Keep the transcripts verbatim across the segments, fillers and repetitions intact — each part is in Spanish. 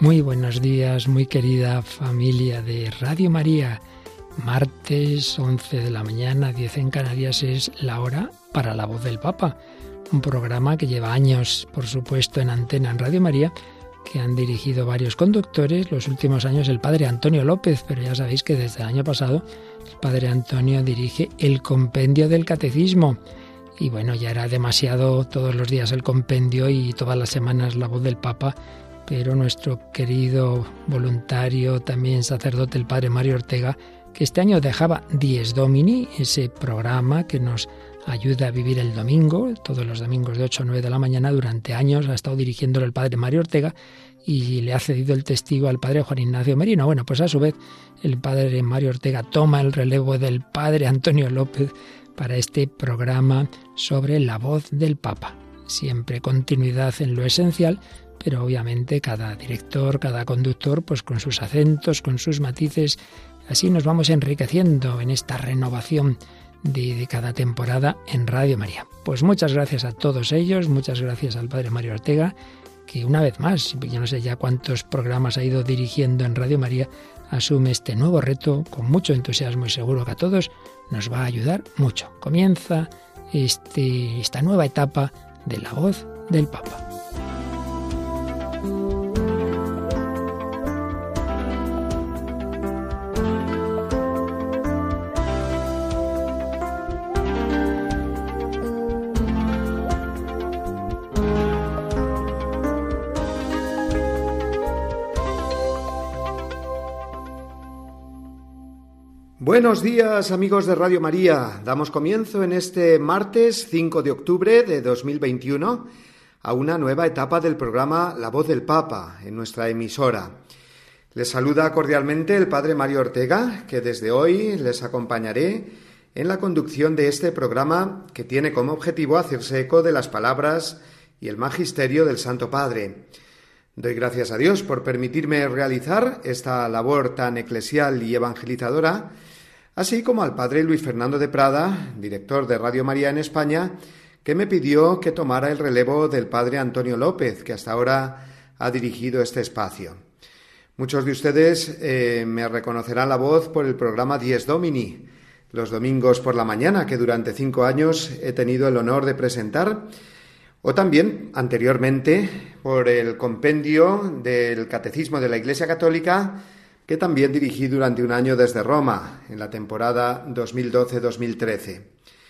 Muy buenos días, muy querida familia de Radio María. Martes, once de la mañana, diez en Canarias, es la hora para La Voz del Papa. Un programa que lleva años, por supuesto, en antena en Radio María, que han dirigido varios conductores, los últimos años el padre Antonio López, pero ya sabéis que desde el año pasado el padre Antonio dirige el Compendio del Catecismo. Y bueno, ya era demasiado todos los días el compendio y todas las semanas La Voz del Papa, pero nuestro querido voluntario, también sacerdote, el padre Mario Ortega, que este año dejaba Dies Domini, ese programa que nos ayuda a vivir el domingo, todos los domingos de ocho a nueve de la mañana, durante años ha estado dirigiéndolo el padre Mario Ortega y le ha cedido el testigo al padre Juan Ignacio Merino. Bueno, pues a su vez el padre Mario Ortega toma el relevo del padre Antonio López para este programa sobre la voz del Papa. Siempre continuidad en lo esencial, pero obviamente cada director, cada conductor, pues con sus acentos, con sus matices, así nos vamos enriqueciendo en esta renovación de, de cada temporada en Radio María. Pues muchas gracias a todos ellos, muchas gracias al padre Mario Ortega, que una vez más, yo no sé ya cuántos programas ha ido dirigiendo en Radio María, asume este nuevo reto con mucho entusiasmo y seguro que a todos nos va a ayudar mucho. Comienza este, esta nueva etapa de la voz del Papa. Buenos días, amigos de Radio María. Damos comienzo en este martes cinco de octubre de dos mil veintiuno a una nueva etapa del programa La Voz del Papa en nuestra emisora. Les saluda cordialmente el padre Mario Ortega, que desde hoy les acompañaré en la conducción de este programa que tiene como objetivo hacerse eco de las palabras y el magisterio del Santo Padre. Doy gracias a Dios por permitirme realizar esta labor tan eclesial y evangelizadora, así como al padre Luis Fernando de Prada, director de Radio María en España, que me pidió que tomara el relevo del padre Antonio López, que hasta ahora ha dirigido este espacio. Muchos de ustedes eh, me reconocerán la voz por el programa Dies Domini, los domingos por la mañana, que durante cinco años he tenido el honor de presentar, o también, anteriormente, por el compendio del Catecismo de la Iglesia Católica, que también dirigí durante un año desde Roma, en la temporada dos mil doce dos mil trece.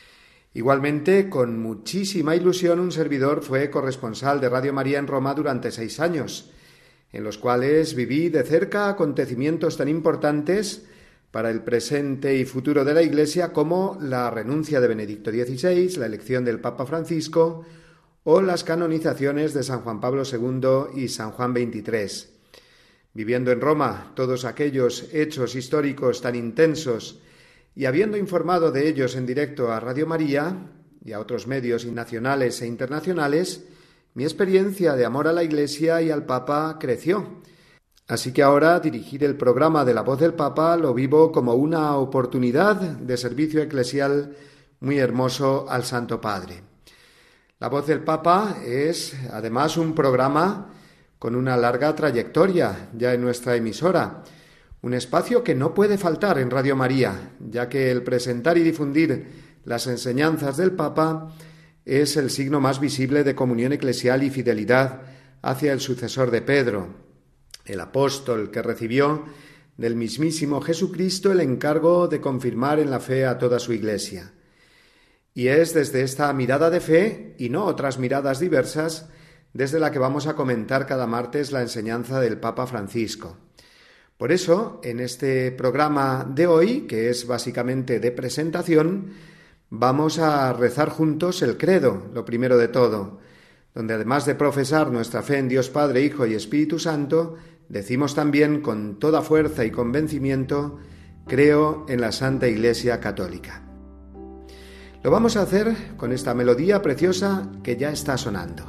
Igualmente, con muchísima ilusión, un servidor fue corresponsal de Radio María en Roma durante seis años, en los cuales viví de cerca acontecimientos tan importantes para el presente y futuro de la Iglesia como la renuncia de Benedicto dieciséis, la elección del Papa Francisco o las canonizaciones de San Juan Pablo segundo y San Juan veintitrés. Viviendo en Roma todos aquellos hechos históricos tan intensos y habiendo informado de ellos en directo a Radio María y a otros medios nacionales e internacionales, mi experiencia de amor a la Iglesia y al Papa creció. Así que ahora dirigir el programa de La Voz del Papa lo vivo como una oportunidad de servicio eclesial muy hermoso al Santo Padre. La Voz del Papa es, además, un programa con una larga trayectoria ya en nuestra emisora, un espacio que no puede faltar en Radio María, ya que el presentar y difundir las enseñanzas del Papa es el signo más visible de comunión eclesial y fidelidad hacia el sucesor de Pedro, el apóstol que recibió del mismísimo Jesucristo el encargo de confirmar en la fe a toda su Iglesia. Y es desde esta mirada de fe, y no otras miradas diversas, desde la que vamos a comentar cada martes la enseñanza del Papa Francisco. Por eso, en este programa de hoy, que es básicamente de presentación, vamos a rezar juntos el credo, lo primero de todo, donde además de profesar nuestra fe en Dios Padre, Hijo y Espíritu Santo, decimos también con toda fuerza y convencimiento, creo en la Santa Iglesia Católica. Lo vamos a hacer con esta melodía preciosa que ya está sonando.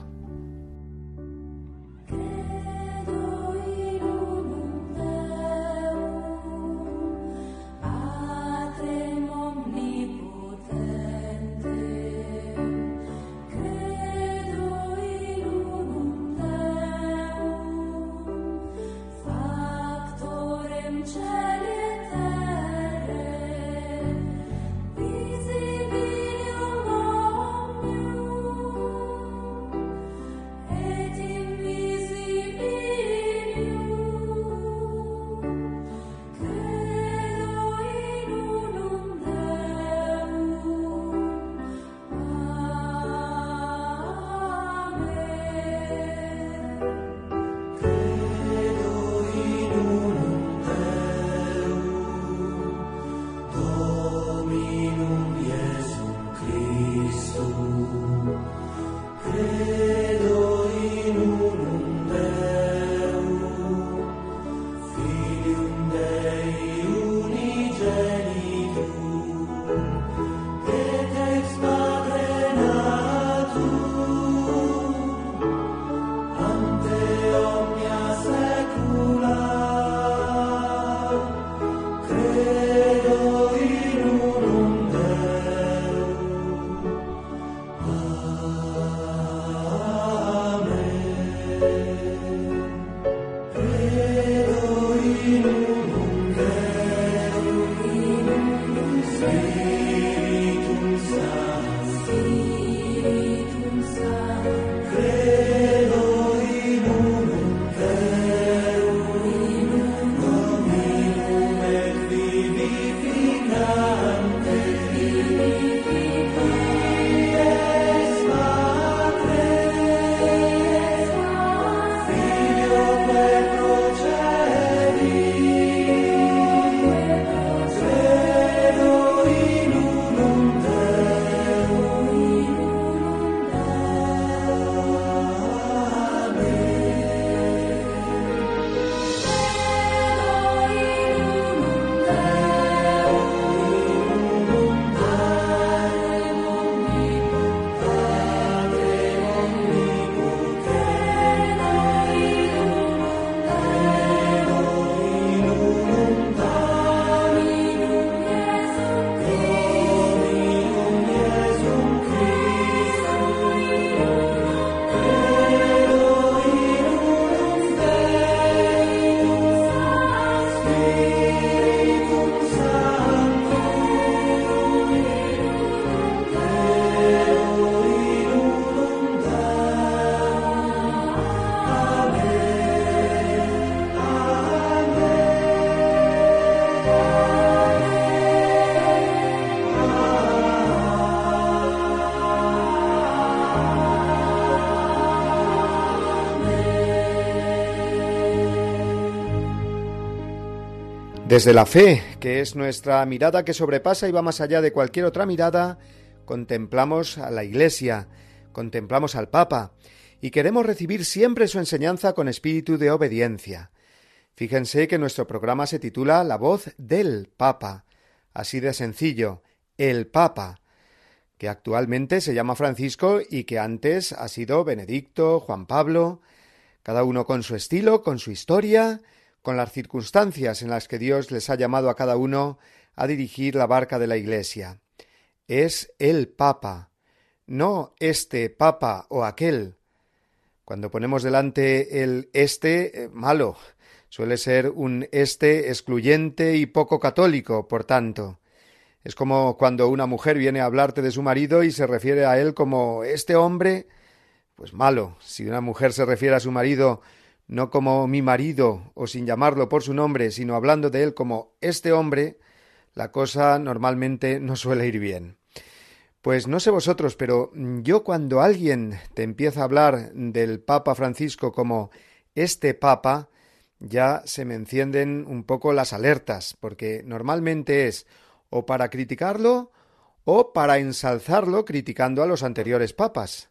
Desde la fe, que es nuestra mirada que sobrepasa y va más allá de cualquier otra mirada, contemplamos a la Iglesia, contemplamos al Papa y queremos recibir siempre su enseñanza con espíritu de obediencia. Fíjense que nuestro programa se titula La voz del Papa, así de sencillo, el Papa, que actualmente se llama Francisco y que antes ha sido Benedicto, Juan Pablo, cada uno con su estilo, con su historia, con las circunstancias en las que Dios les ha llamado a cada uno a dirigir la barca de la Iglesia. Es el Papa, no este Papa o aquel. Cuando ponemos delante el este, eh, malo, suele ser un este excluyente y poco católico, por tanto. Es como cuando una mujer viene a hablarte de su marido y se refiere a él como este hombre, pues malo. Si una mujer se refiere a su marido no como mi marido o sin llamarlo por su nombre, sino hablando de él como este hombre, la cosa normalmente no suele ir bien. Pues no sé vosotros, pero yo cuando alguien te empieza a hablar del Papa Francisco como este Papa, ya se me encienden un poco las alertas, porque normalmente es o para criticarlo o para ensalzarlo criticando a los anteriores papas.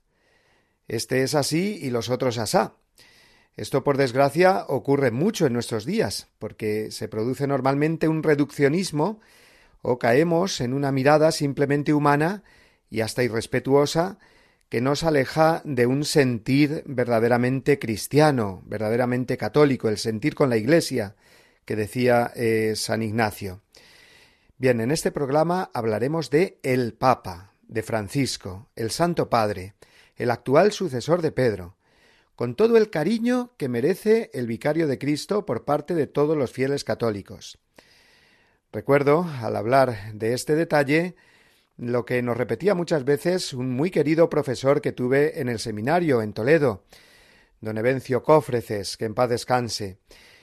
Este es así y los otros asá. Esto, por desgracia, ocurre mucho en nuestros días, porque se produce normalmente un reduccionismo o caemos en una mirada simplemente humana y hasta irrespetuosa que nos aleja de un sentir verdaderamente cristiano, verdaderamente católico, el sentir con la Iglesia, que decía eh, San Ignacio. Bien, en este programa hablaremos de el Papa, de Francisco, el Santo Padre, el actual sucesor de Pedro, con todo el cariño que merece el vicario de Cristo por parte de todos los fieles católicos. Recuerdo, al hablar de este detalle, lo que nos repetía muchas veces un muy querido profesor que tuve en el seminario en Toledo, don Evencio Cofreces, que en paz descanse.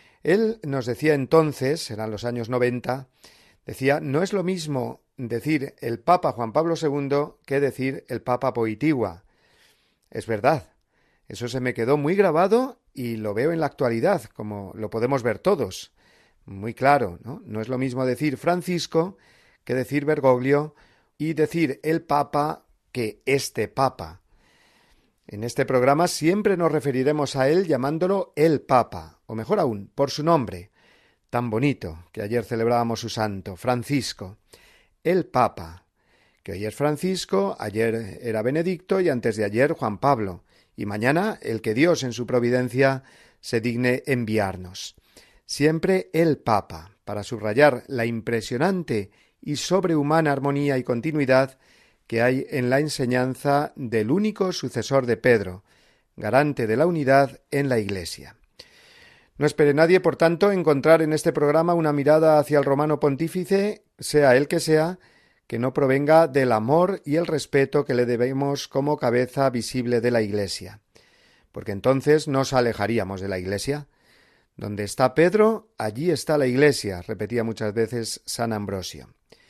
Él nos decía entonces, eran los años noventa, decía, no es lo mismo decir el Papa Juan Pablo segundo que decir el Papa Poitigua. Es verdad. Eso se me quedó muy grabado y lo veo en la actualidad, como lo podemos ver todos. Muy claro, ¿no? No es lo mismo decir Francisco que decir Bergoglio y decir el Papa que este Papa. En este programa siempre nos referiremos a él llamándolo el Papa, o mejor aún, por su nombre, tan bonito, que ayer celebrábamos su santo, Francisco. El Papa, que hoy es Francisco, ayer era Benedicto y antes de ayer Juan Pablo. Y mañana el que Dios en su providencia se digne enviarnos. Siempre el Papa, para subrayar la impresionante y sobrehumana armonía y continuidad que hay en la enseñanza del único sucesor de Pedro, garante de la unidad en la Iglesia. No espere nadie, por tanto, encontrar en este programa una mirada hacia el romano pontífice, sea el que sea, que no provenga del amor y el respeto que le debemos como cabeza visible de la Iglesia, porque entonces nos alejaríamos de la Iglesia. Donde está Pedro, allí está la Iglesia, repetía muchas veces San Ambrosio.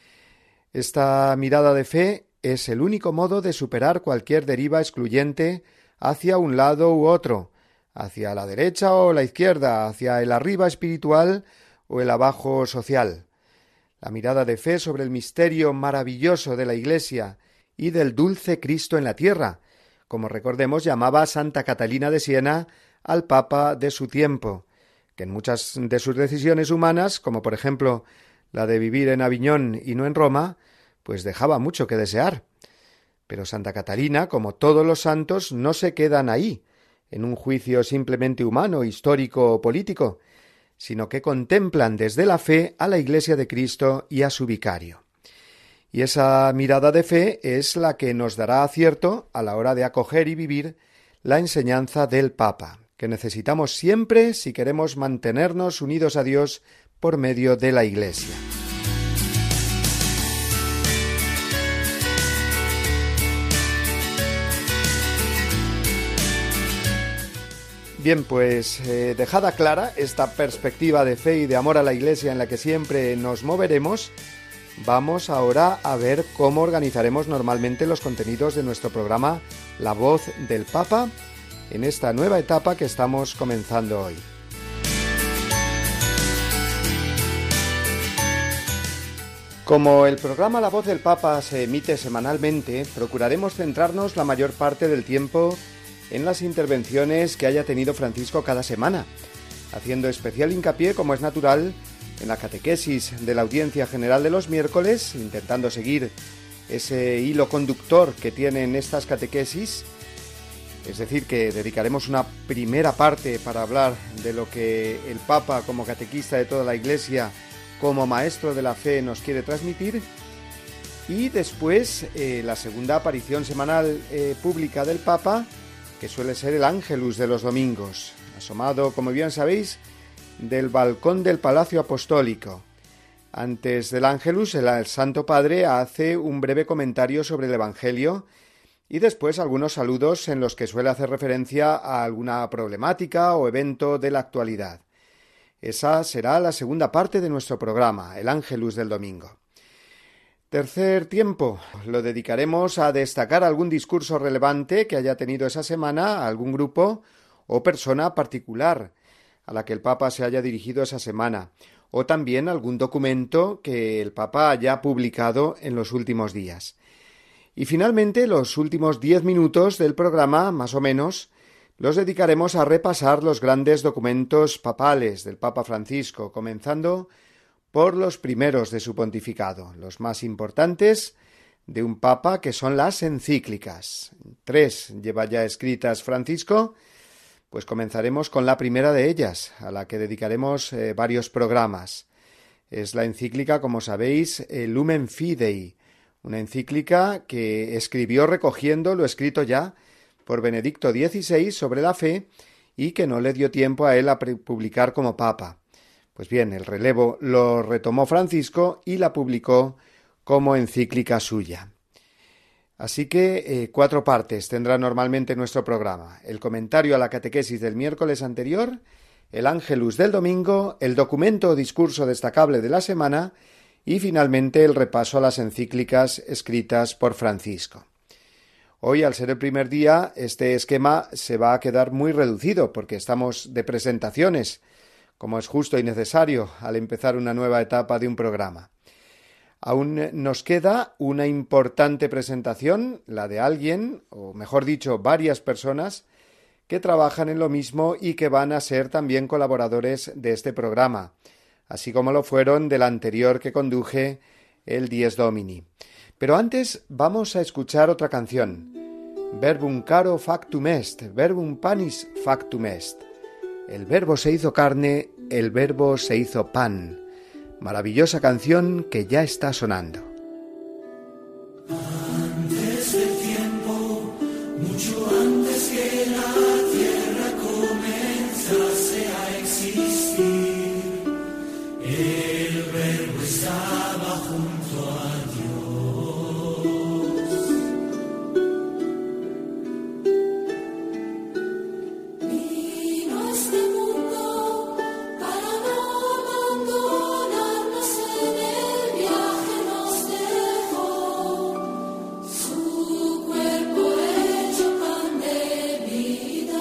Esta mirada de fe es el único modo de superar cualquier deriva excluyente hacia un lado u otro, hacia la derecha o la izquierda, hacia el arriba espiritual o el abajo social. La mirada de fe sobre el misterio maravilloso de la Iglesia y del dulce Cristo en la tierra, como recordemos llamaba Santa Catalina de Siena al Papa de su tiempo, que en muchas de sus decisiones humanas, como por ejemplo la de vivir en Aviñón y no en Roma, pues dejaba mucho que desear. Pero Santa Catalina, como todos los santos, no se quedan ahí, en un juicio simplemente humano, histórico o político, sino que contemplan desde la fe a la Iglesia de Cristo y a su vicario. Y esa mirada de fe es la que nos dará acierto a la hora de acoger y vivir la enseñanza del Papa, que necesitamos siempre si queremos mantenernos unidos a Dios por medio de la Iglesia. Bien, pues eh, dejada clara esta perspectiva de fe y de amor a la Iglesia en la que siempre nos moveremos, vamos ahora a ver cómo organizaremos normalmente los contenidos de nuestro programa La Voz del Papa en esta nueva etapa que estamos comenzando hoy. Como el programa La Voz del Papa se emite semanalmente, procuraremos centrarnos la mayor parte del tiempo en las intervenciones que haya tenido Francisco cada semana, haciendo especial hincapié, como es natural, en la catequesis de la audiencia general de los miércoles, intentando seguir ese hilo conductor que tienen estas catequesis. Es decir, que dedicaremos una primera parte para hablar de lo que el Papa, como catequista de toda la Iglesia, como maestro de la fe, nos quiere transmitir. Y después eh, la segunda aparición semanal eh, pública del Papa, que suele ser el Ángelus de los domingos, asomado, como bien sabéis, del balcón del Palacio Apostólico. Antes del Ángelus, el, el Santo Padre hace un breve comentario sobre el Evangelio y después algunos saludos en los que suele hacer referencia a alguna problemática o evento de la actualidad. Esa será la segunda parte de nuestro programa, el Ángelus del domingo. Tercer tiempo, lo dedicaremos a destacar algún discurso relevante que haya tenido esa semana a algún grupo o persona particular a la que el Papa se haya dirigido esa semana, o también algún documento que el Papa haya publicado en los últimos días. Y finalmente, los últimos diez minutos del programa, más o menos, los dedicaremos a repasar los grandes documentos papales del Papa Francisco, comenzando por los primeros de su pontificado, los más importantes de un Papa, que son las encíclicas. Tres lleva ya escritas Francisco, pues comenzaremos con la primera de ellas, a la que dedicaremos eh, varios programas. Es la encíclica, como sabéis, Lumen Fidei, una encíclica que escribió recogiendo lo escrito ya por Benedicto dieciséis sobre la fe y que no le dio tiempo a él a publicar como Papa. Pues bien, el relevo lo retomó Francisco y la publicó como encíclica suya. Así que eh, cuatro partes tendrá normalmente nuestro programa: el comentario a la catequesis del miércoles anterior, el Ángelus del domingo, el documento o discurso destacable de la semana y finalmente el repaso a las encíclicas escritas por Francisco. Hoy, al ser el primer día, este esquema se va a quedar muy reducido porque estamos de presentaciones, como es justo y necesario al empezar una nueva etapa de un programa. Aún nos queda una importante presentación, la de alguien, o mejor dicho, varias personas, que trabajan en lo mismo y que van a ser también colaboradores de este programa, así como lo fueron del anterior que conduje, el Dies Domini. Pero antes vamos a escuchar otra canción, Verbum caro factum est, verbum panis factum est. El verbo se hizo carne, el verbo se hizo pan. Maravillosa canción que ya está sonando. Antes del tiempo, mucho antes que la tierra comenzase a existir, el verbo estaba junto a vida.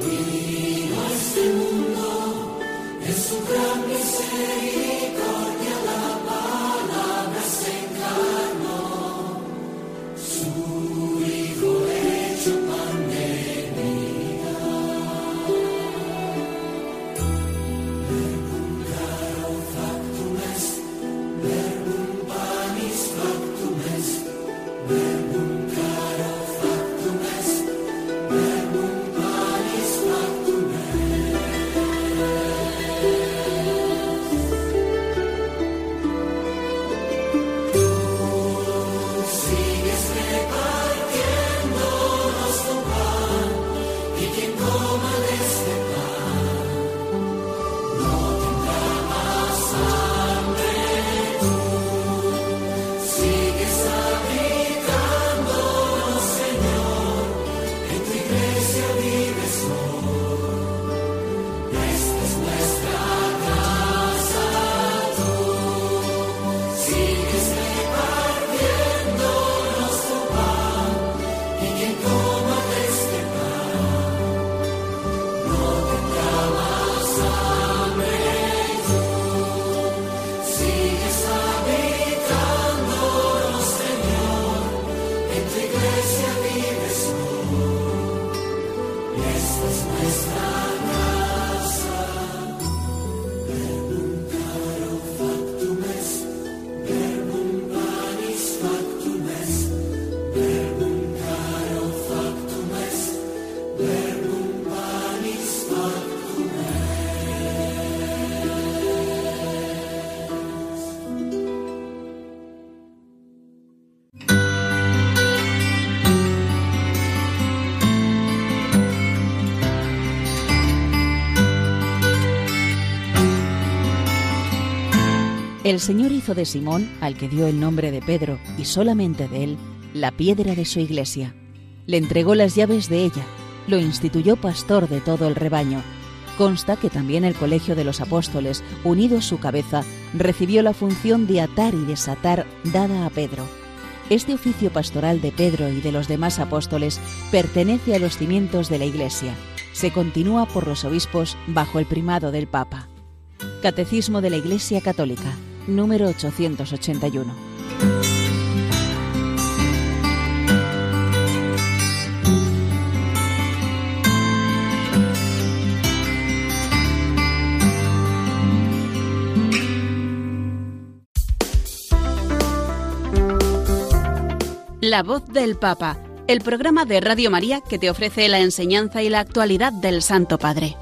El Señor hizo de Simón, al que dio el nombre de Pedro, y solamente de él, la piedra de su iglesia. Le entregó las llaves de ella, lo instituyó pastor de todo el rebaño. Consta que también el colegio de los apóstoles, unido a su cabeza, recibió la función de atar y desatar dada a Pedro. Este oficio pastoral de Pedro y de los demás apóstoles pertenece a los cimientos de la Iglesia. Se continúa por los obispos bajo el primado del Papa. Catecismo de la Iglesia Católica, número ochocientos ochenta y uno. La voz del Papa, el programa de Radio María que te ofrece la enseñanza y la actualidad del Santo Padre.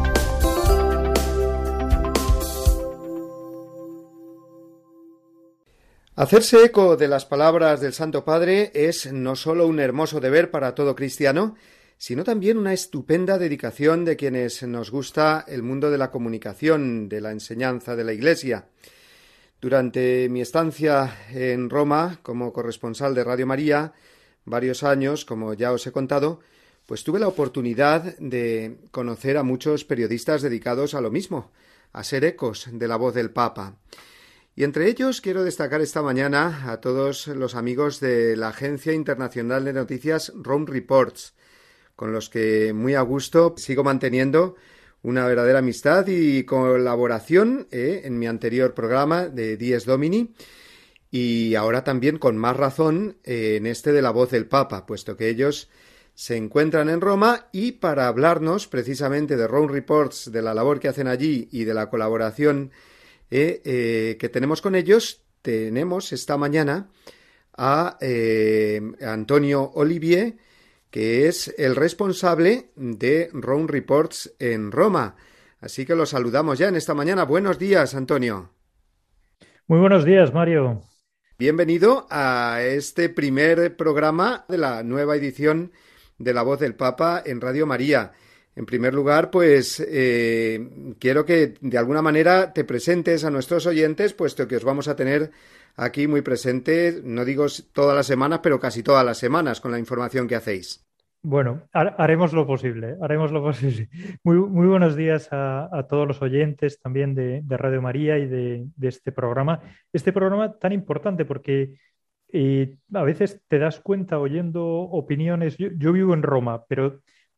Hacerse eco de las palabras del Santo Padre es no solo un hermoso deber para todo cristiano, sino también una estupenda dedicación de quienes nos gusta el mundo de la comunicación, de la enseñanza de la Iglesia. Durante mi estancia en Roma como corresponsal de Radio María, varios años, como ya os he contado, pues tuve la oportunidad de conocer a muchos periodistas dedicados a lo mismo, a ser ecos de la voz del Papa. Y entre ellos quiero destacar esta mañana a todos los amigos de la Agencia Internacional de Noticias Rome Reports, con los que muy a gusto sigo manteniendo una verdadera amistad y colaboración eh, en mi anterior programa de Dies Domini y ahora también con más razón eh, en este de la voz del Papa, puesto que ellos se encuentran en Roma y para hablarnos precisamente de Rome Reports, de la labor que hacen allí y de la colaboración Eh, eh, que tenemos con ellos, tenemos esta mañana a eh, Antonio Olivier, que es el responsable de Rome Reports en Roma. Así que lo saludamos ya en esta mañana. Buenos días, Antonio. Muy buenos días, Mario. Bienvenido a este primer programa de la nueva edición de La Voz del Papa en Radio María. En primer lugar, pues eh, quiero que de alguna manera te presentes a nuestros oyentes, puesto que os vamos a tener aquí muy presentes, no digo todas las semanas, pero casi todas las semanas con la información que hacéis. Bueno, haremos lo posible, haremos lo posible. Muy, muy buenos días a, a todos los oyentes también de, de Radio María y de, de este programa. Este programa tan importante porque eh, a veces te das cuenta oyendo opiniones. Yo, yo vivo en Roma, pero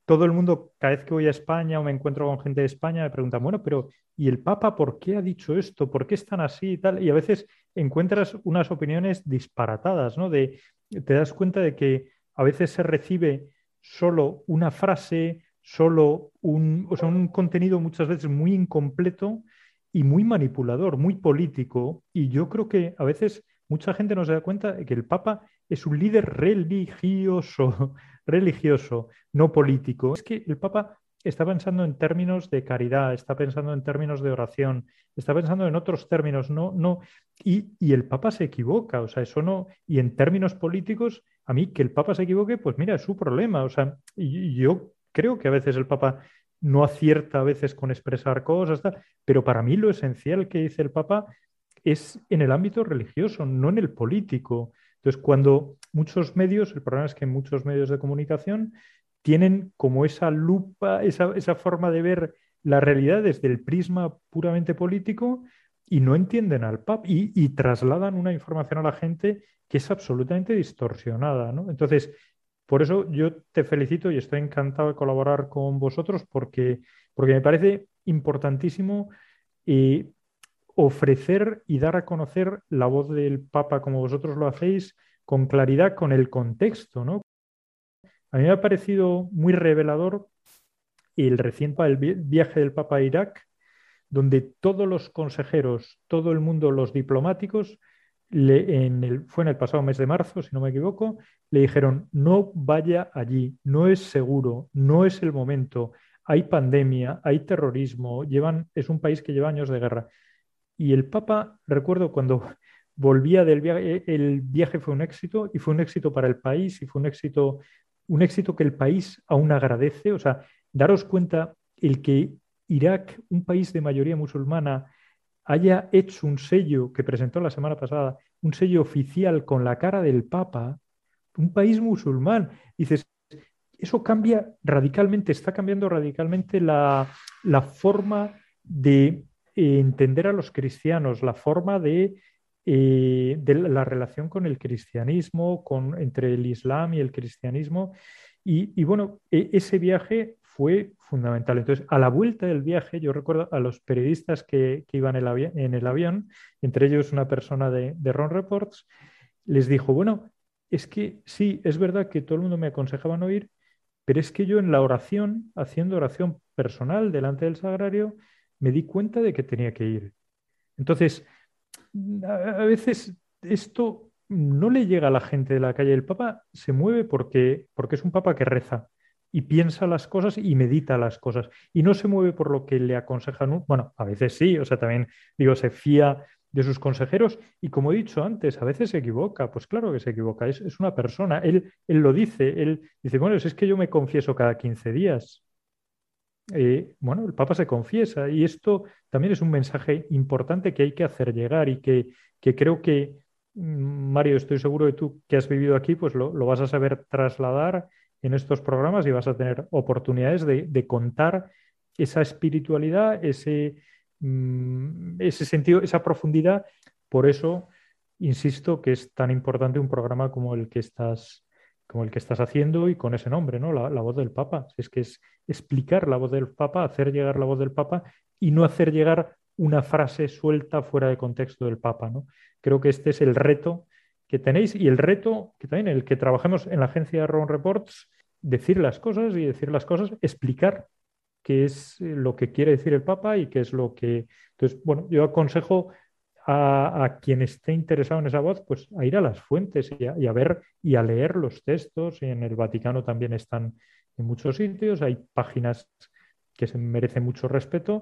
todo el mundo, cada vez que voy a España o me encuentro con gente de España, me preguntan, bueno, pero ¿y el Papa por qué ha dicho esto? ¿Por qué es tan así y tal? Y a veces encuentras unas opiniones disparatadas, ¿no? De, te das cuenta de que a veces se recibe solo una frase, solo un, o sea, un contenido muchas veces muy incompleto y muy manipulador, muy político. Y yo creo que a veces mucha gente no se da cuenta de que el Papa es un líder religioso, religioso, no político. Es que el Papa está pensando en términos de caridad, está pensando en términos de oración, está pensando en otros términos, no, no, y, y el Papa se equivoca, o sea, eso no, y en términos políticos, a mí que el Papa se equivoque, pues mira, es su problema, o sea, y, y yo creo que a veces el Papa no acierta a veces con expresar cosas, tal, pero para mí lo esencial que dice el Papa es en el ámbito religioso, no en el político. Entonces, cuando muchos medios, el problema es que muchos medios de comunicación tienen como esa lupa, esa, esa forma de ver la realidad desde el prisma puramente político y no entienden al Papa y, y trasladan una información a la gente que es absolutamente distorsionada, ¿no? Entonces, por eso yo te felicito y estoy encantado de colaborar con vosotros porque, porque me parece importantísimo eh, ofrecer y dar a conocer la voz del Papa como vosotros lo hacéis, con claridad, con el contexto, ¿no? A mí me ha parecido muy revelador el reciente el viaje del Papa a Irak, donde todos los consejeros, todo el mundo, los diplomáticos, le, en el, fue en el pasado mes de marzo, si no me equivoco, le dijeron, no vaya allí, no es seguro, no es el momento, hay pandemia, hay terrorismo, llevan, es un país que lleva años de guerra. Y el Papa, recuerdo cuando volvía del viaje, el viaje fue un éxito y fue un éxito para el país y fue un éxito, un éxito que el país aún agradece. O sea, daros cuenta el que Irak, un país de mayoría musulmana, haya hecho un sello que presentó la semana pasada, un sello oficial con la cara del Papa, un país musulmán. Dices, eso cambia radicalmente, está cambiando radicalmente la, la forma de entender a los cristianos, la forma de, eh, de la relación con el cristianismo, con, entre el Islam y el cristianismo. Y, y bueno, e, ese viaje fue fundamental. Entonces, a la vuelta del viaje, yo recuerdo a los periodistas que, que iban en el, avi en el avión, entre ellos una persona de, de Ron Reports, les dijo, bueno, es que sí, es verdad que todo el mundo me aconsejaba no ir, pero es que yo en la oración, haciendo oración personal delante del sagrario, me di cuenta de que tenía que ir. Entonces, a veces esto no le llega a la gente de la calle. El Papa se mueve porque, porque es un Papa que reza y piensa las cosas y medita las cosas. Y no se mueve por lo que le aconsejan. Bueno, a veces sí, o sea, también digo, se fía de sus consejeros y como he dicho antes, a veces se equivoca. Pues claro que se equivoca, es, es una persona. Él, él lo dice, él dice, bueno, es que yo me confieso cada quince días. Eh, bueno, el Papa se confiesa y esto también es un mensaje importante que hay que hacer llegar y que, que creo que, Mario, estoy seguro de tú que has vivido aquí, pues lo, lo vas a saber trasladar en estos programas y vas a tener oportunidades de, de contar esa espiritualidad, ese, mm, ese sentido, esa profundidad. Por eso, insisto que es tan importante un programa como el que estás como el que estás haciendo y con ese nombre, ¿no? La, la voz del Papa. Es que es explicar la voz del Papa, hacer llegar la voz del Papa y no hacer llegar una frase suelta fuera de contexto del Papa, ¿no? Creo que este es el reto que tenéis y el reto que también el que trabajemos en la agencia Ron Reports, decir las cosas y decir las cosas, explicar qué es lo que quiere decir el Papa y qué es lo que... Entonces, bueno, yo aconsejo A, a quien esté interesado en esa voz, pues a ir a las fuentes y a, y a ver y a leer los textos. Y en el Vaticano también están en muchos sitios, hay páginas que se merecen mucho respeto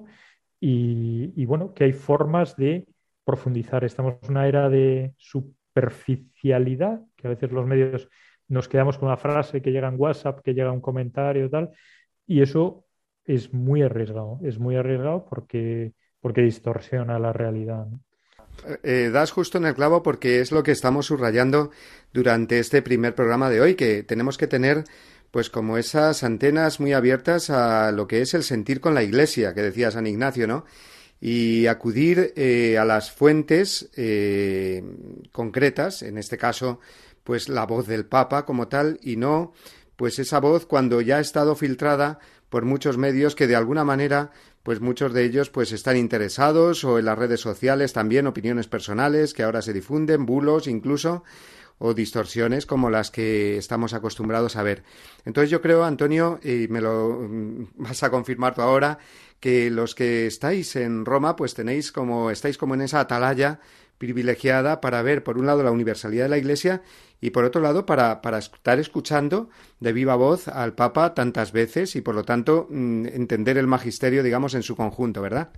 y, y bueno, que hay formas de profundizar. Estamos en una era de superficialidad, que a veces los medios nos quedamos con una frase que llega en WhatsApp, que llega un comentario y tal, y eso es muy arriesgado, es muy arriesgado porque, porque distorsiona la realidad, ¿no? Eh, das justo en el clavo porque es lo que estamos subrayando durante este primer programa de hoy, que tenemos que tener pues como esas antenas muy abiertas a lo que es el sentir con la Iglesia, que decía San Ignacio, ¿no? Y acudir eh, a las fuentes eh, concretas, en este caso pues la voz del Papa como tal, y no pues esa voz cuando ya ha estado filtrada por muchos medios que de alguna manera, pues muchos de ellos pues están interesados, o en las redes sociales también opiniones personales que ahora se difunden, bulos incluso, o distorsiones como las que estamos acostumbrados a ver. Entonces yo creo, Antonio, y me lo vas a confirmar tú ahora, que los que estáis en Roma, pues tenéis como, estáis como en esa atalaya privilegiada para ver, por un lado, la universalidad de la Iglesia y, por otro lado, para, para estar escuchando de viva voz al Papa tantas veces y, por lo tanto, entender el magisterio, digamos, en su conjunto, ¿verdad?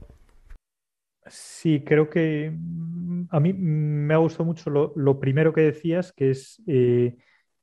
Sí, creo que a mí me ha gustado mucho lo, lo primero que decías, que es eh,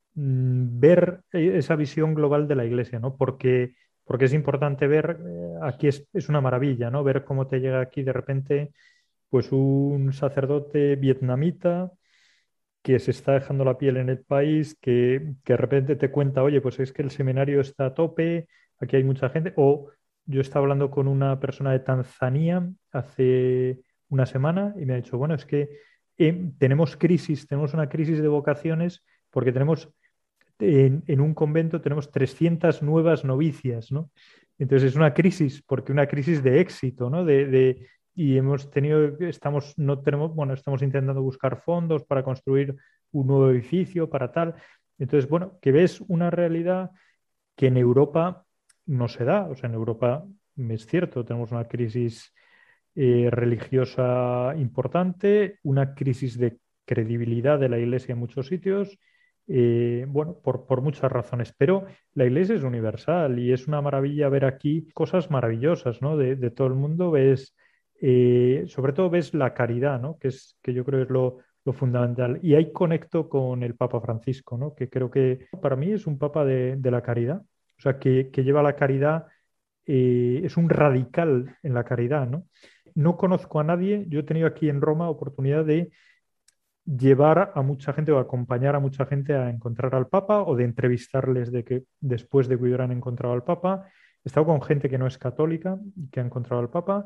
ver esa visión global de la Iglesia, ¿no? Porque, porque es importante ver, eh, aquí es, es una maravilla, ¿no? Ver cómo te llega aquí de repente pues un sacerdote vietnamita que se está dejando la piel en el país, que, que de repente te cuenta, oye, pues es que el seminario está a tope, aquí hay mucha gente, o yo estaba hablando con una persona de Tanzania hace una semana y me ha dicho, bueno, es que eh, tenemos crisis, tenemos una crisis de vocaciones porque tenemos, en, en un convento tenemos trescientas nuevas novicias, ¿no? Entonces es una crisis, porque una crisis de éxito, ¿no? De, de, y hemos tenido, estamos, no tenemos, bueno, estamos intentando buscar fondos para construir un nuevo edificio, para tal. Entonces, bueno, que ves una realidad que en Europa no se da. O sea, en Europa es cierto, tenemos una crisis eh, religiosa importante, una crisis de credibilidad de la Iglesia en muchos sitios, eh, bueno, por, por muchas razones, pero la Iglesia es universal y es una maravilla ver aquí cosas maravillosas, ¿no? De, de todo el mundo. Ves, eh, sobre todo ves la caridad, ¿no? Que es, que yo creo es lo, lo fundamental. Y ahí conecto con el Papa Francisco, ¿no? Que creo que para mí es un Papa de, de la caridad. O sea, que, que lleva la caridad, eh, es un radical en la caridad, ¿no? No conozco a nadie, yo he tenido aquí en Roma oportunidad de llevar a mucha gente o acompañar a mucha gente a encontrar al Papa o de entrevistarles de que, después de que hubieran encontrado al Papa. He estado con gente que no es católica y que ha encontrado al Papa.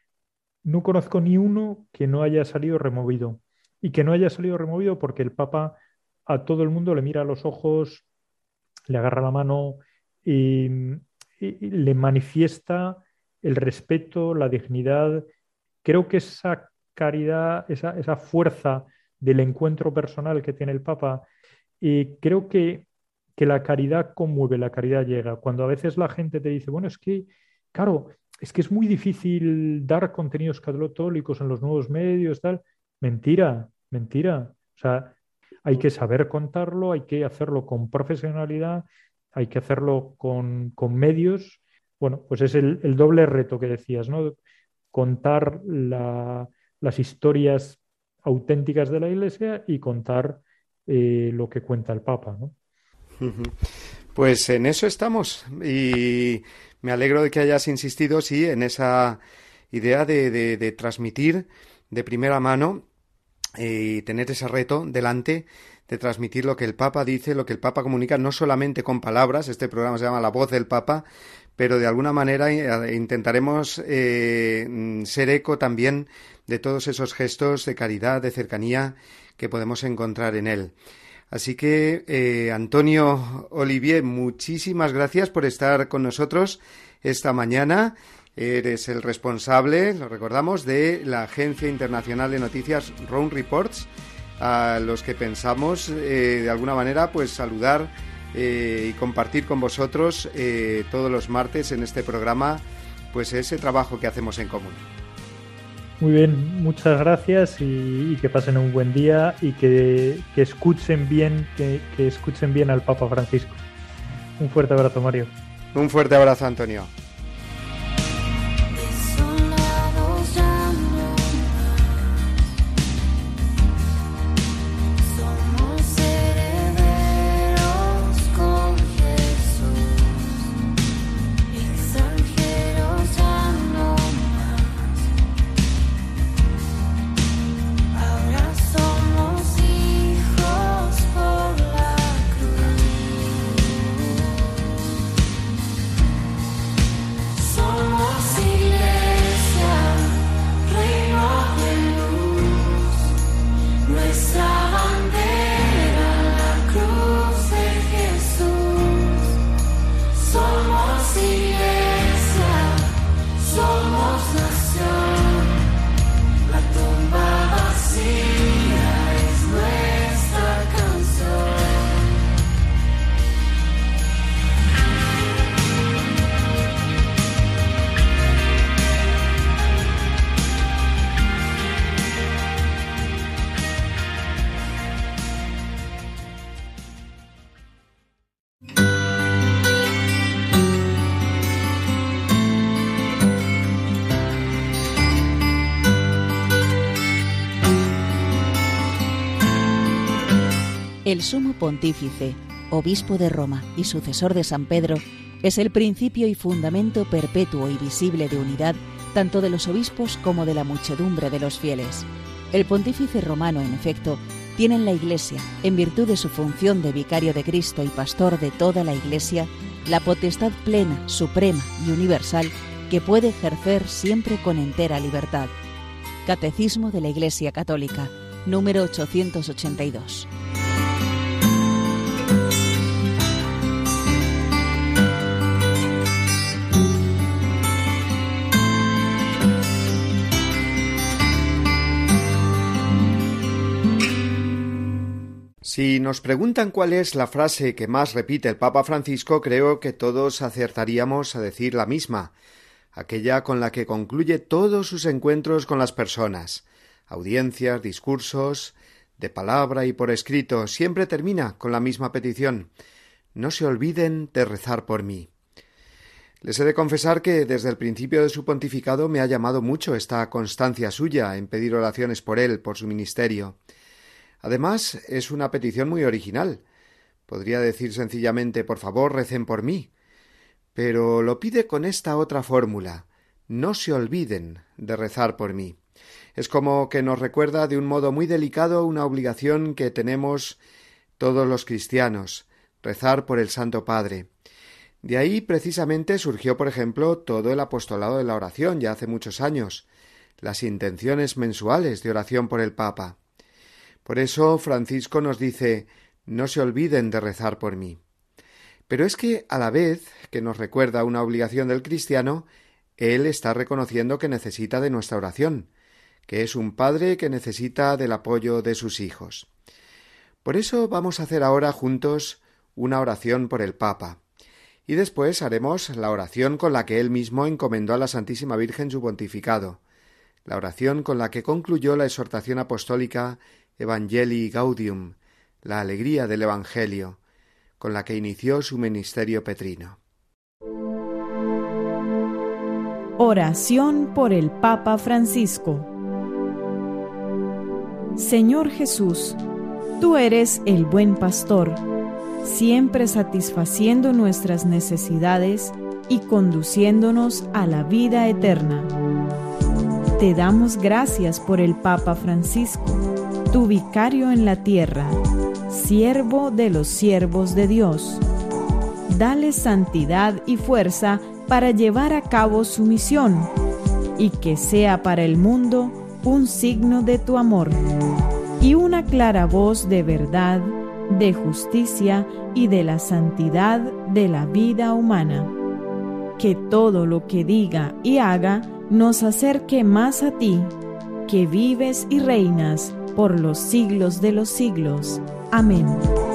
No conozco ni uno que no haya salido removido. Y que no haya salido removido porque el Papa a todo el mundo le mira a los ojos, le agarra la mano y, y le manifiesta el respeto, la dignidad. Creo que esa caridad, esa, esa fuerza del encuentro personal que tiene el Papa, y creo que, que la caridad conmueve, la caridad llega. Cuando a veces la gente te dice, bueno, es que, claro, es que es muy difícil dar contenidos católicos en los nuevos medios, tal. Mentira, mentira. O sea, hay que saber contarlo, hay que hacerlo con profesionalidad, hay que hacerlo con, con medios. Bueno, pues es el, el doble reto que decías, ¿no? Contar la, las historias auténticas de la Iglesia y contar eh, lo que cuenta el Papa, ¿no? Pues en eso estamos y me alegro de que hayas insistido, sí, en esa idea de, de, de transmitir de primera mano y tener ese reto delante de transmitir lo que el Papa dice, lo que el Papa comunica, no solamente con palabras. Este programa se llama La Voz del Papa, pero de alguna manera intentaremos eh, ser eco también de todos esos gestos de caridad, de cercanía que podemos encontrar en él. Así que, eh, Antonio Olivier, muchísimas gracias por estar con nosotros esta mañana. Eres el responsable, lo recordamos, de la Agencia Internacional de Noticias Rome Reports, a los que pensamos eh, de alguna manera pues saludar eh, y compartir con vosotros eh, todos los martes en este programa pues ese trabajo que hacemos en común. Muy bien, muchas gracias y, y que pasen un buen día y que, que escuchen bien, que, que escuchen bien al Papa Francisco. Un fuerte abrazo, Mario. Un fuerte abrazo, Antonio. El sumo pontífice, obispo de Roma y sucesor de San Pedro, es el principio y fundamento perpetuo y visible de unidad tanto de los obispos como de la muchedumbre de los fieles. El pontífice romano, en efecto, tiene en la Iglesia, en virtud de su función de vicario de Cristo y pastor de toda la Iglesia, la potestad plena, suprema y universal que puede ejercer siempre con entera libertad. Catecismo de la Iglesia Católica, número ochocientos ochenta y dos. Si nos preguntan cuál es la frase que más repite el Papa Francisco, creo que todos acertaríamos a decir la misma, aquella con la que concluye todos sus encuentros con las personas, audiencias, discursos, de palabra y por escrito, siempre termina con la misma petición: no se olviden de rezar por mí. Les he de confesar que desde el principio de su pontificado me ha llamado mucho esta constancia suya en pedir oraciones por él, por su ministerio. Además, es una petición muy original. Podría decir sencillamente: por favor, recen por mí. Pero lo pide con esta otra fórmula: no se olviden de rezar por mí. Es como que nos recuerda de un modo muy delicado una obligación que tenemos todos los cristianos: rezar por el Santo Padre. De ahí precisamente surgió, por ejemplo, todo el apostolado de la oración ya hace muchos años, las intenciones mensuales de oración por el Papa. Por eso Francisco nos dice: no se olviden de rezar por mí. Pero es que, a la vez que nos recuerda una obligación del cristiano, él está reconociendo que necesita de nuestra oración, que es un padre que necesita del apoyo de sus hijos. Por eso vamos a hacer ahora juntos una oración por el Papa, y después haremos la oración con la que él mismo encomendó a la Santísima Virgen su pontificado, la oración con la que concluyó la exhortación apostólica Evangelii Gaudium, la alegría del Evangelio, con la que inició su ministerio petrino. Oración por el Papa Francisco. Señor Jesús, tú eres el buen pastor, siempre satisfaciendo nuestras necesidades y conduciéndonos a la vida eterna. Te damos gracias por el Papa Francisco, tu vicario en la tierra, siervo de los siervos de Dios. Dale santidad y fuerza para llevar a cabo su misión, y que sea para el mundo un signo de tu amor, y una clara voz de verdad, de justicia y de la santidad de la vida humana. Que todo lo que diga y haga nos acerque más a ti, que vives y reinas por los siglos de los siglos. Amén.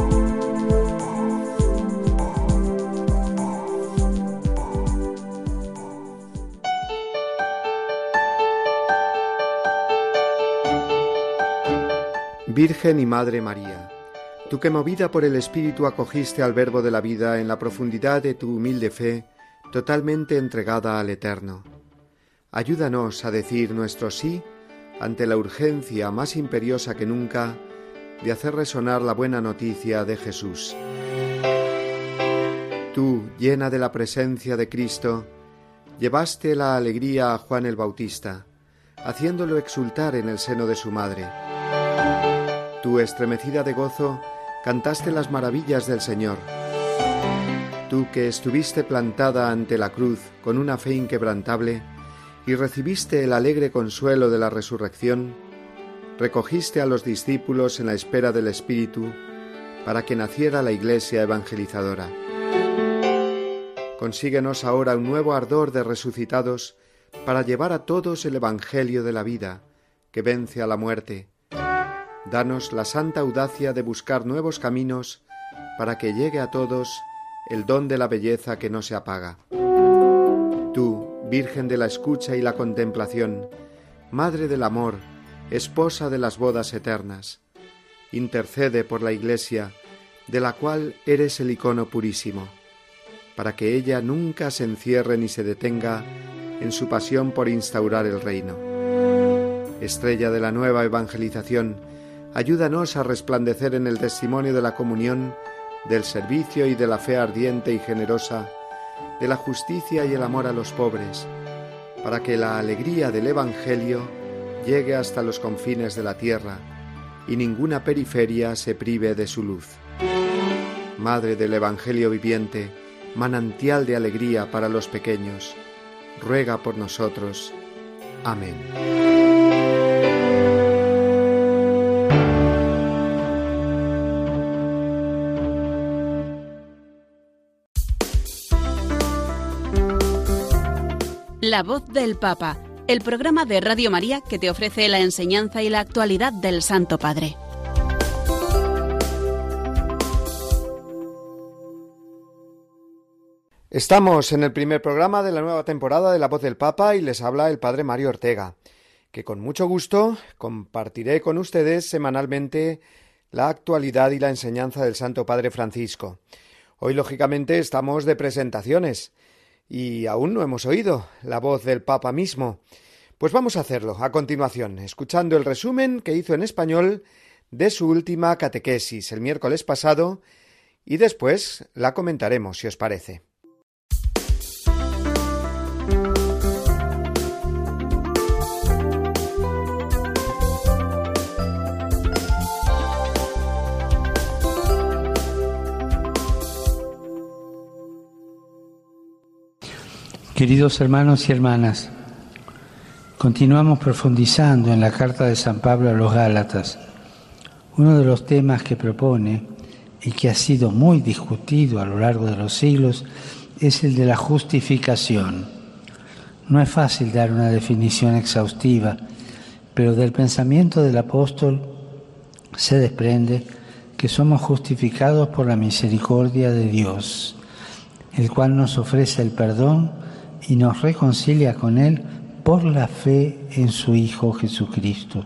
Virgen y Madre María, tú que movida por el Espíritu acogiste al Verbo de la vida en la profundidad de tu humilde fe, totalmente entregada al Eterno, ayúdanos a decir nuestro sí ante la urgencia más imperiosa que nunca de hacer resonar la buena noticia de Jesús. Tú, llena de la presencia de Cristo, llevaste la alegría a Juan el Bautista, haciéndolo exultar en el seno de su madre. Tú, estremecida de gozo, cantaste las maravillas del Señor. Tú, que estuviste plantada ante la cruz con una fe inquebrantable y recibiste el alegre consuelo de la resurrección, recogiste a los discípulos en la espera del Espíritu para que naciera la Iglesia evangelizadora. Consíguenos ahora un nuevo ardor de resucitados para llevar a todos el Evangelio de la vida, que vence a la muerte. Danos la santa audacia de buscar nuevos caminos para que llegue a todos el don de la belleza que no se apaga. Tú, Virgen de la escucha y la contemplación, Madre del amor, esposa de las bodas eternas, intercede por la Iglesia, de la cual eres el icono purísimo, para que ella nunca se encierre ni se detenga en su pasión por instaurar el reino. Estrella de la nueva evangelización, ayúdanos a resplandecer en el testimonio de la comunión, del servicio y de la fe ardiente y generosa, de la justicia y el amor a los pobres, para que la alegría del Evangelio llegue hasta los confines de la tierra y ninguna periferia se prive de su luz. Madre del Evangelio viviente, manantial de alegría para los pequeños, ruega por nosotros. Amén. La voz del Papa, el programa de Radio María que te ofrece la enseñanza y la actualidad del Santo Padre. Estamos en el primer programa de la nueva temporada de La Voz del Papa y les habla el Padre Mario Ortega, que con mucho gusto compartiré con ustedes semanalmente la actualidad y la enseñanza del Santo Padre Francisco. Hoy, lógicamente, estamos de presentaciones y aún no hemos oído la voz del Papa mismo. Pues vamos a hacerlo a continuación, escuchando el resumen que hizo en español de su última catequesis el miércoles pasado y después la comentaremos, si os parece. Queridos hermanos y hermanas, continuamos profundizando en la carta de San Pablo a los Gálatas. Uno de los temas que propone y que ha sido muy discutido a lo largo de los siglos es el de la justificación. No es fácil dar una definición exhaustiva, pero del pensamiento del apóstol se desprende que somos justificados por la misericordia de Dios, el cual nos ofrece el perdón y nos reconcilia con Él por la fe en su Hijo Jesucristo.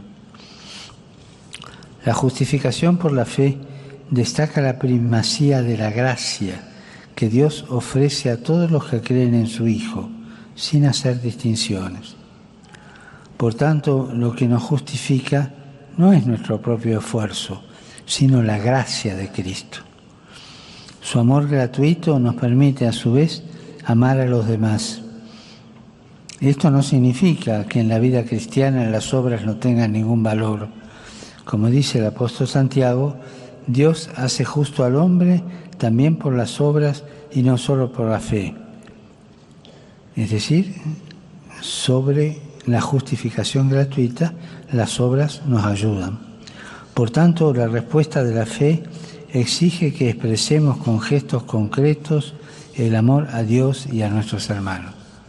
La justificación por la fe destaca la primacía de la gracia que Dios ofrece a todos los que creen en su Hijo, sin hacer distinciones. Por tanto, lo que nos justifica no es nuestro propio esfuerzo, sino la gracia de Cristo. Su amor gratuito nos permite, a su vez, amar a los demás. Esto no significa que en la vida cristiana las obras no tengan ningún valor. Como dice el apóstol Santiago, Dios hace justo al hombre también por las obras y no solo por la fe. Es decir, sobre la justificación gratuita, las obras nos ayudan. Por tanto, la respuesta de la fe exige que expresemos con gestos concretos el amor a Dios y a nuestros hermanos.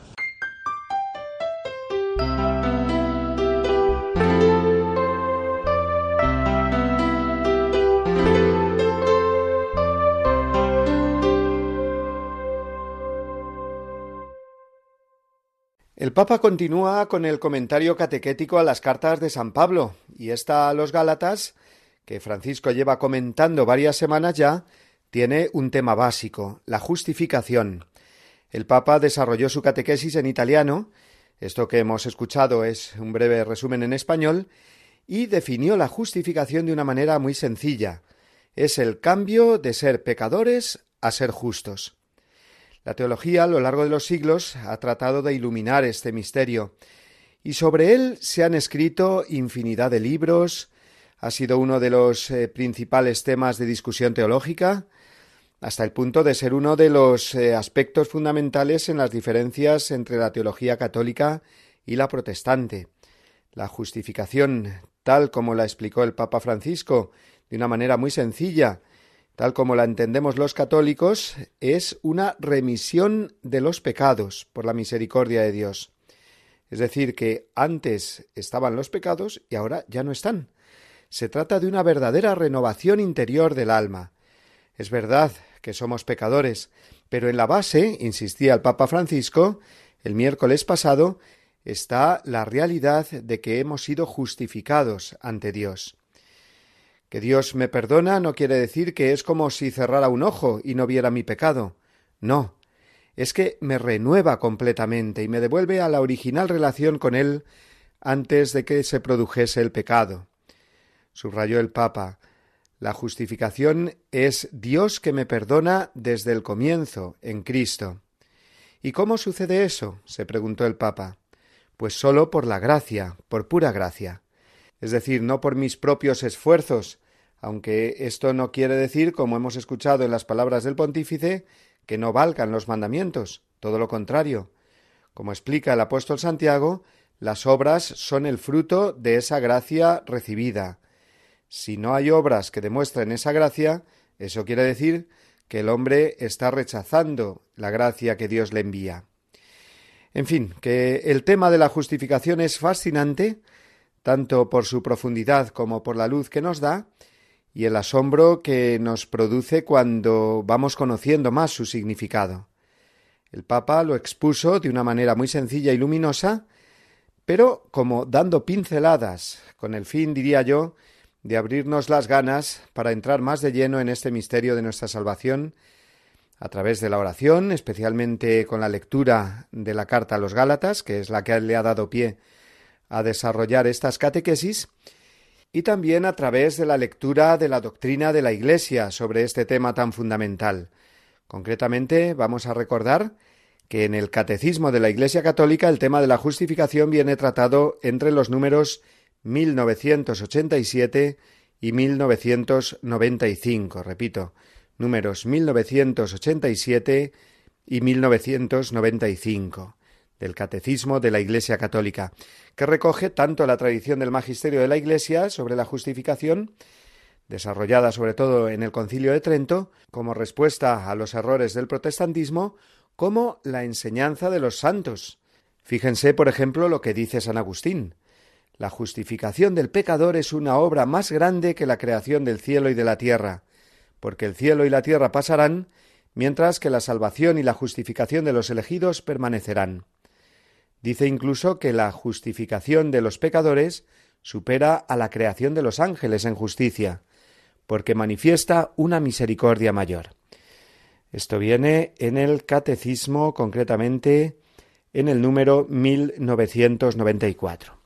El Papa continúa con el comentario catequético a las cartas de San Pablo, y esta a los Gálatas, que Francisco lleva comentando varias semanas ya, tiene un tema básico, la justificación. El Papa desarrolló su catequesis en italiano, esto que hemos escuchado es un breve resumen en español, y definió la justificación de una manera muy sencilla. Es el cambio de ser pecadores a ser justos. La teología, a lo largo de los siglos, ha tratado de iluminar este misterio, y sobre él se han escrito infinidad de libros, ha sido uno de los eh, principales temas de discusión teológica, hasta el punto de ser uno de los eh, aspectos fundamentales en las diferencias entre la teología católica y la protestante. La justificación, tal como la explicó el Papa Francisco, de una manera muy sencilla, tal como la entendemos los católicos, es una remisión de los pecados por la misericordia de Dios. Es decir, que antes estaban los pecados y ahora ya no están. Se trata de una verdadera renovación interior del alma. Es verdad que somos pecadores, pero en la base, insistía el Papa Francisco, el miércoles pasado, está la realidad de que hemos sido justificados ante Dios. Que Dios me perdona no quiere decir que es como si cerrara un ojo y no viera mi pecado. No, es que me renueva completamente y me devuelve a la original relación con Él antes de que se produjese el pecado. Subrayó el Papa: la justificación es Dios que me perdona desde el comienzo, en Cristo. ¿Y cómo sucede eso?, se preguntó el Papa. Pues solo por la gracia, por pura gracia. Es decir, no por mis propios esfuerzos, aunque esto no quiere decir, como hemos escuchado en las palabras del pontífice, que no valgan los mandamientos, todo lo contrario. Como explica el apóstol Santiago, las obras son el fruto de esa gracia recibida. Si no hay obras que demuestren esa gracia, eso quiere decir que el hombre está rechazando la gracia que Dios le envía. En fin, que el tema de la justificación es fascinante, tanto por su profundidad como por la luz que nos da, y el asombro que nos produce cuando vamos conociendo más su significado. El Papa lo expuso de una manera muy sencilla y luminosa, pero como dando pinceladas, con el fin, diría yo, de abrirnos las ganas para entrar más de lleno en este misterio de nuestra salvación, a través de la oración, especialmente con la lectura de la carta a los Gálatas, que es la que le ha dado pie a desarrollar estas catequesis, y también a través de la lectura de la doctrina de la Iglesia sobre este tema tan fundamental. Concretamente, vamos a recordar que en el Catecismo de la Iglesia Católica el tema de la justificación viene tratado entre los números mil novecientos ochenta y siete y mil novecientos noventa y cinco, repito, números mil novecientos ochenta y siete y mil novecientos noventa y cinco, del Catecismo de la Iglesia Católica, que recoge tanto la tradición del magisterio de la Iglesia sobre la justificación, desarrollada sobre todo en el Concilio de Trento, como respuesta a los errores del protestantismo, como la enseñanza de los santos. Fíjense, por ejemplo, lo que dice San Agustín: la justificación del pecador es una obra más grande que la creación del cielo y de la tierra, porque el cielo y la tierra pasarán, mientras que la salvación y la justificación de los elegidos permanecerán. Dice incluso que la justificación de los pecadores supera a la creación de los ángeles en justicia, porque manifiesta una misericordia mayor. Esto viene en el Catecismo, concretamente en el número mil novecientos noventa y cuatro.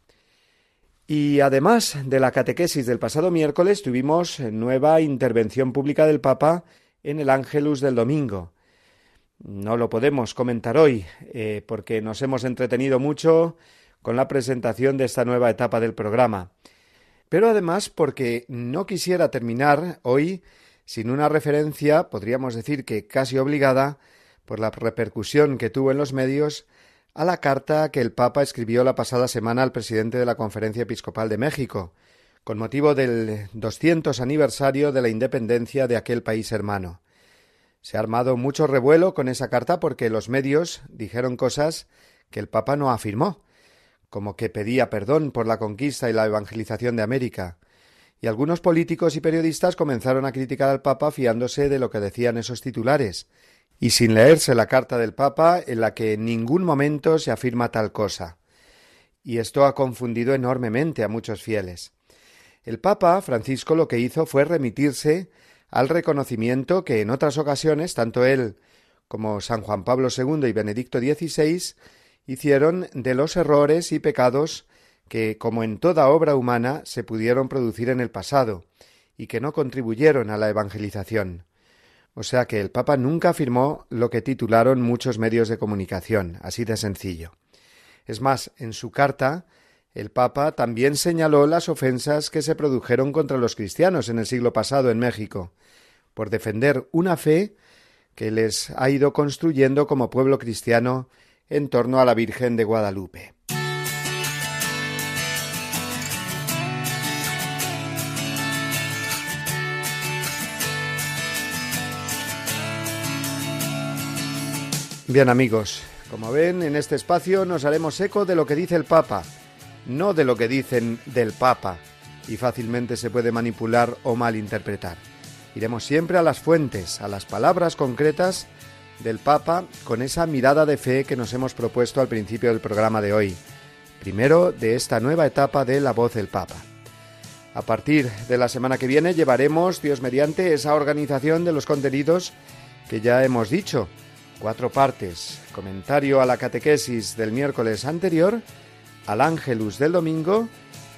Y además de la catequesis del pasado miércoles, tuvimos nueva intervención pública del Papa en el Ángelus del domingo. No lo podemos comentar hoy, eh, porque nos hemos entretenido mucho con la presentación de esta nueva etapa del programa. Pero además porque no quisiera terminar hoy sin una referencia, podríamos decir que casi obligada, por la repercusión que tuvo en los medios, a la carta que el Papa escribió la pasada semana al presidente de la Conferencia Episcopal de México, con motivo del doscientos aniversario de la independencia de aquel país hermano. Se ha armado mucho revuelo con esa carta porque los medios dijeron cosas que el Papa no afirmó, como que pedía perdón por la conquista y la evangelización de América, y algunos políticos y periodistas comenzaron a criticar al Papa fiándose de lo que decían esos titulares, y sin leerse la carta del Papa, en la que en ningún momento se afirma tal cosa. Y esto ha confundido enormemente a muchos fieles. El Papa Francisco lo que hizo fue remitirse al reconocimiento que en otras ocasiones, tanto él como San Juan Pablo segundo y Benedicto dieciséis, hicieron de los errores y pecados que, como en toda obra humana, se pudieron producir en el pasado, y que no contribuyeron a la evangelización. O sea que el Papa nunca afirmó lo que titularon muchos medios de comunicación, así de sencillo. Es más, en su carta, el Papa también señaló las ofensas que se produjeron contra los cristianos en el siglo pasado en México, por defender una fe que les ha ido construyendo como pueblo cristiano en torno a la Virgen de Guadalupe. Bien, amigos, como ven, en este espacio nos haremos eco de lo que dice el Papa, no de lo que dicen del Papa, y fácilmente se puede manipular o malinterpretar. Iremos siempre a las fuentes, a las palabras concretas del Papa, con esa mirada de fe que nos hemos propuesto al principio del programa de hoy, primero de esta nueva etapa de La Voz del Papa. A partir de la semana que viene llevaremos, Dios mediante, esa organización de los contenidos que ya hemos dicho, cuatro partes: comentario a la catequesis del miércoles anterior, al Ángelus del domingo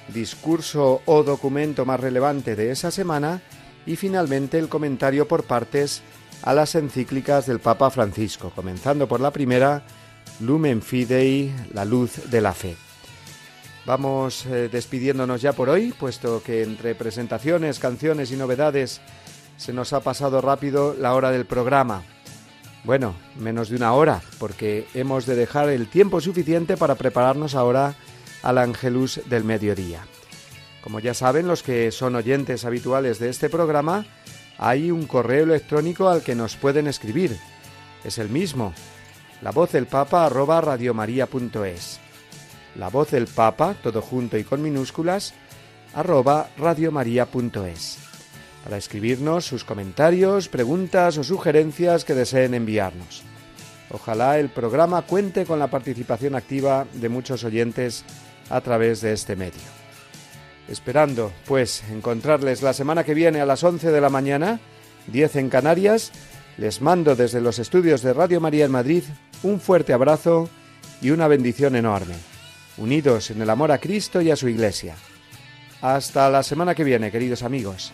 discurso o documento más relevante de esa semana y finalmente el comentario por partes a las encíclicas del Papa Francisco, comenzando por la primera, Lumen Fidei, la luz de la fe. Vamos eh, despidiéndonos ya por hoy, puesto que entre presentaciones, canciones y novedades se nos ha pasado rápido la hora del programa. Bueno, menos de una hora, porque hemos de dejar el tiempo suficiente para prepararnos ahora al Ángelus del mediodía. Como ya saben los que son oyentes habituales de este programa, hay un correo electrónico al que nos pueden escribir. Es el mismo, la voz del papa arroba radiomaria punto es. La voz del papa, todo junto y con minúsculas, arroba radiomaria punto es. Para escribirnos sus comentarios, preguntas o sugerencias que deseen enviarnos. Ojalá el programa cuente con la participación activa de muchos oyentes a través de este medio. Esperando, pues, encontrarles la semana que viene a las once de la mañana, diez en Canarias, les mando desde los estudios de Radio María en Madrid un fuerte abrazo y una bendición enorme, unidos en el amor a Cristo y a su Iglesia. Hasta la semana que viene, queridos amigos.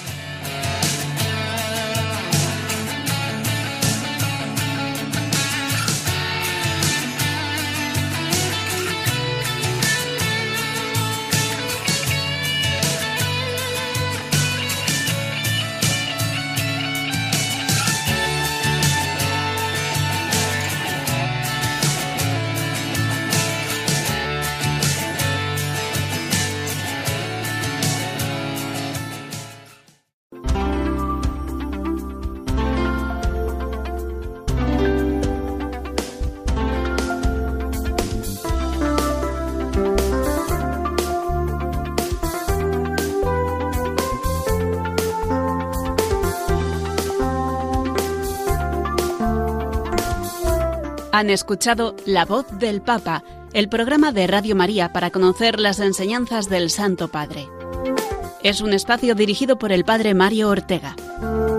Han escuchado La Voz del Papa, el programa de Radio María para conocer las enseñanzas del Santo Padre. Es un espacio dirigido por el Padre Mario Ortega.